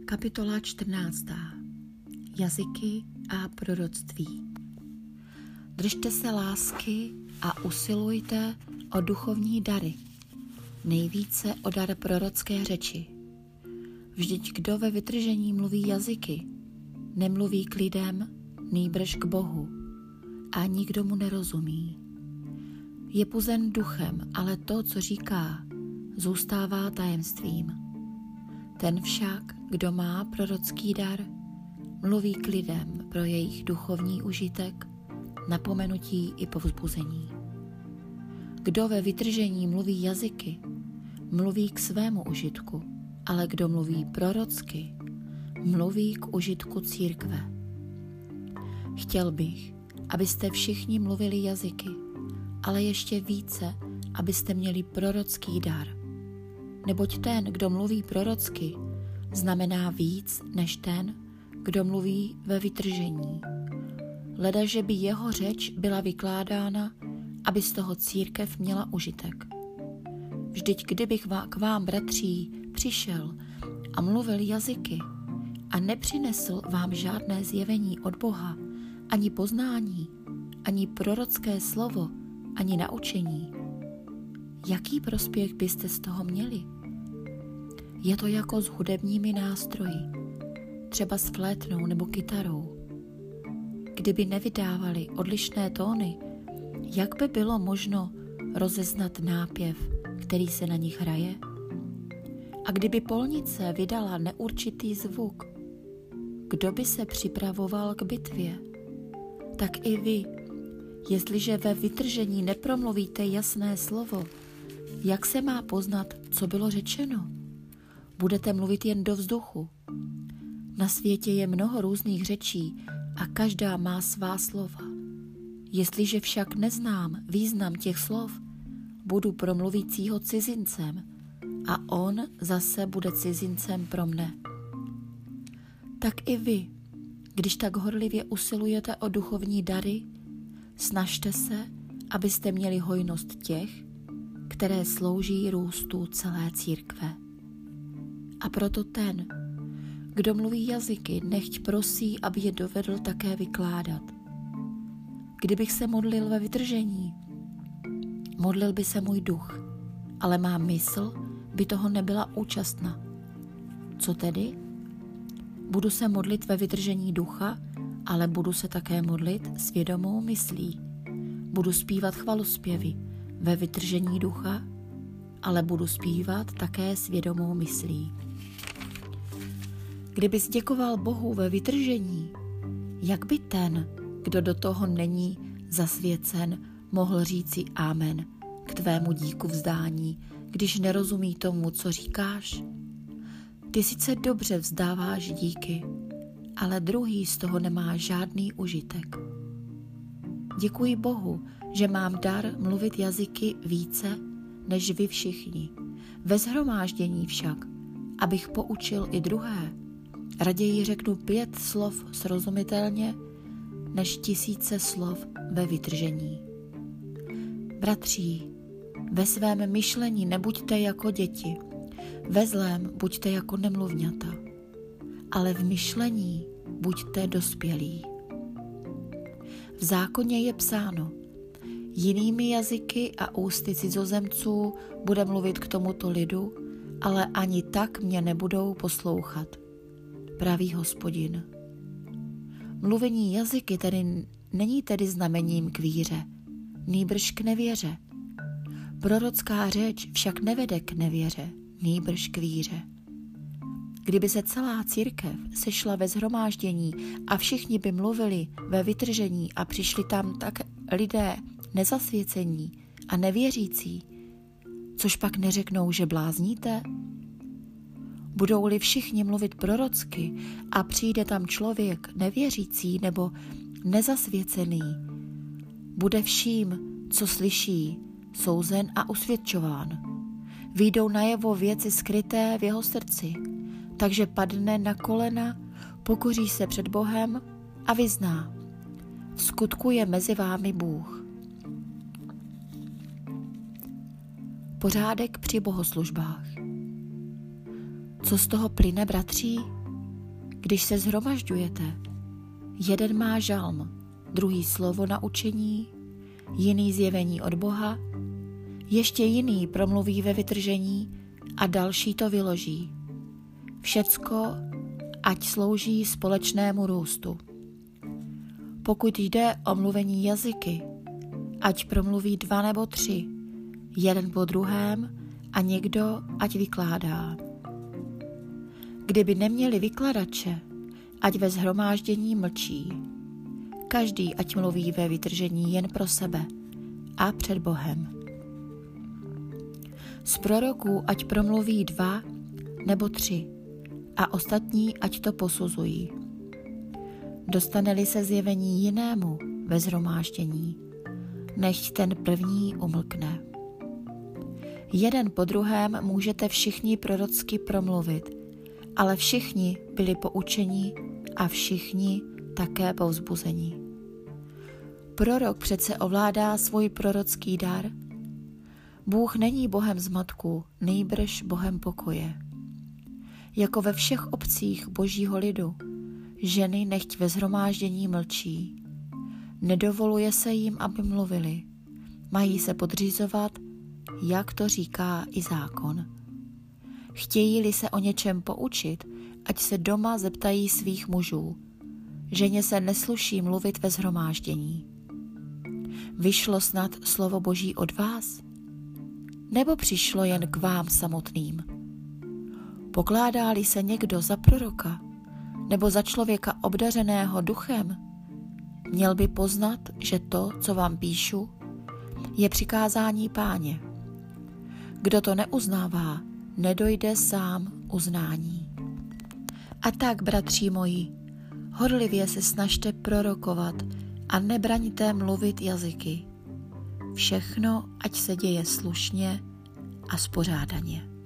Kapitola 14. Jazyky a proroctví. Držte se lásky a usilujte o duchovní dary, nejvíce o dar prorocké řeči. Vždyť kdo ve vytržení mluví jazyky, nemluví k lidem, nýbrž k Bohu, a nikdo mu nerozumí. Je puzen duchem, ale to, co říká, zůstává tajemstvím. Ten však, kdo má prorocký dar, mluví k lidem pro jejich duchovní užitek, napomenutí i povzbuzení. Kdo ve vytržení mluví jazyky, mluví k svému užitku, ale kdo mluví prorocky, mluví k užitku církve. Chtěl bych, abyste všichni mluvili jazyky, ale ještě více, abyste měli prorocký dar. Neboť ten, kdo mluví prorocky, znamená víc než ten, kdo mluví ve vytržení. Ledaže by jeho řeč byla vykládána, aby z toho církev měla užitek. Vždyť kdybych k vám, bratří, přišel a mluvil jazyky a nepřinesl vám žádné zjevení od Boha, ani poznání, ani prorocké slovo, ani naučení, jaký prospěch byste z toho měli? Je to jako s hudebními nástroji, třeba s flétnou nebo kytarou. Kdyby nevydávali odlišné tóny, jak by bylo možno rozeznat nápěv, který se na nich hraje? A kdyby polnice vydala neurčitý zvuk, kdo by se připravoval k bitvě? Tak i vy, jestliže ve vytržení nepromluvíte jasné slovo, jak se má poznat, co bylo řečeno? Budete mluvit jen do vzduchu. Na světě je mnoho různých řečí a každá má svá slova. Jestliže však neznám význam těch slov, budu pro mluvícího cizincem a on zase bude cizincem pro mne. Tak i vy, když tak horlivě usilujete o duchovní dary, snažte se, abyste měli hojnost těch, které slouží růstu celé církve. A proto ten, kdo mluví jazyky, nechť prosí, aby je dovedl také vykládat. Kdybych se modlil ve vytržení, modlil by se můj duch, ale má mysl by toho nebyla účastna. Co tedy? Budu se modlit ve vytržení ducha, ale budu se také modlit s vědomou myslí. Budu zpívat chvalospěvy ve vytržení ducha, ale budu zpívat také s vědomou myslí. Kdybys děkoval Bohu ve vytržení, jak by ten, kdo do toho není zasvěcen, mohl říci amen k tvému díku vzdání, když nerozumí tomu, co říkáš? Ty sice dobře vzdáváš díky, ale druhý z toho nemá žádný užitek. Děkuji Bohu, že mám dar mluvit jazyky více než vy všichni. Ve shromáždění však, abych poučil i druhé, raději řeknu 5 slov srozumitelně, než 1000 slov ve vytržení. Bratří, ve svém myšlení nebuďte jako děti, ve zlém buďte jako nemluvňata, ale v myšlení buďte dospělí. V zákoně je psáno, jinými jazyky a ústy cizozemců bude mluvit k tomuto lidu, ale ani tak mě nebudou poslouchat, praví Hospodin. Mluvení jazyky není tedy znamením k víře, nýbrž k nevěře. Prorocká řeč však nevede k nevěře, nýbrž k víře. Kdyby se celá církev sešla ve shromáždění a všichni by mluvili ve vytržení a přišli tam tak lidé nezasvěcení a nevěřící, což pak neřeknou, že blázníte? Budou-li všichni mluvit prorocky a přijde tam člověk nevěřící nebo nezasvěcený, bude vším, co slyší, souzen a usvědčován. Vyjdou najevo věci skryté v jeho srdci, takže padne na kolena, pokoří se před Bohem a vyzná: v skutku je mezi vámi Bůh. Pořádek při bohoslužbách. Co z toho plyne, bratří? Když se shromažďujete, jeden má žalm, druhý slovo na učení, jiný zjevení od Boha, ještě jiný promluví ve vytržení a další to vyloží. Všecko, ať slouží společnému růstu. Pokud jde o mluvení jazyky, ať promluví 2 nebo 3, jeden po druhém a někdo ať vykládá. Kdyby neměli vykladače, ať ve shromáždění mlčí. Každý ať mluví ve vytržení jen pro sebe a před Bohem. Z proroků ať promluví 2 nebo 3 a ostatní ať to posuzují. Dostane-li se zjevení jinému ve shromáždění, nechť ten první umlkne. Jeden po druhém můžete všichni prorocky promluvit, ale všichni byli poučeni a všichni také povzbuzení. Prorok přece ovládá svůj prorocký dar. Bůh není Bohem zmatku, nýbrž Bohem pokoje. Jako ve všech obcích božího lidu, ženy nechť ve shromáždění mlčí. Nedovoluje se jim, aby mluvili. Mají se podřizovat, jak to říká i zákon. Chtějí-li se o něčem poučit, ať se doma zeptají svých mužů. Ženě se nesluší mluvit ve shromáždění. Vyšlo snad slovo Boží od vás? Nebo přišlo jen k vám samotným? Pokládá-li se někdo za proroka nebo za člověka obdařeného duchem, měl by poznat, že to, co vám píšu, je přikázání Páně. Kdo to neuznává, nedojde sám uznání. A tak, bratři moji, horlivě se snažte prorokovat a nebraňte mluvit jazyky. Všechno, ať se děje slušně a spořádaně.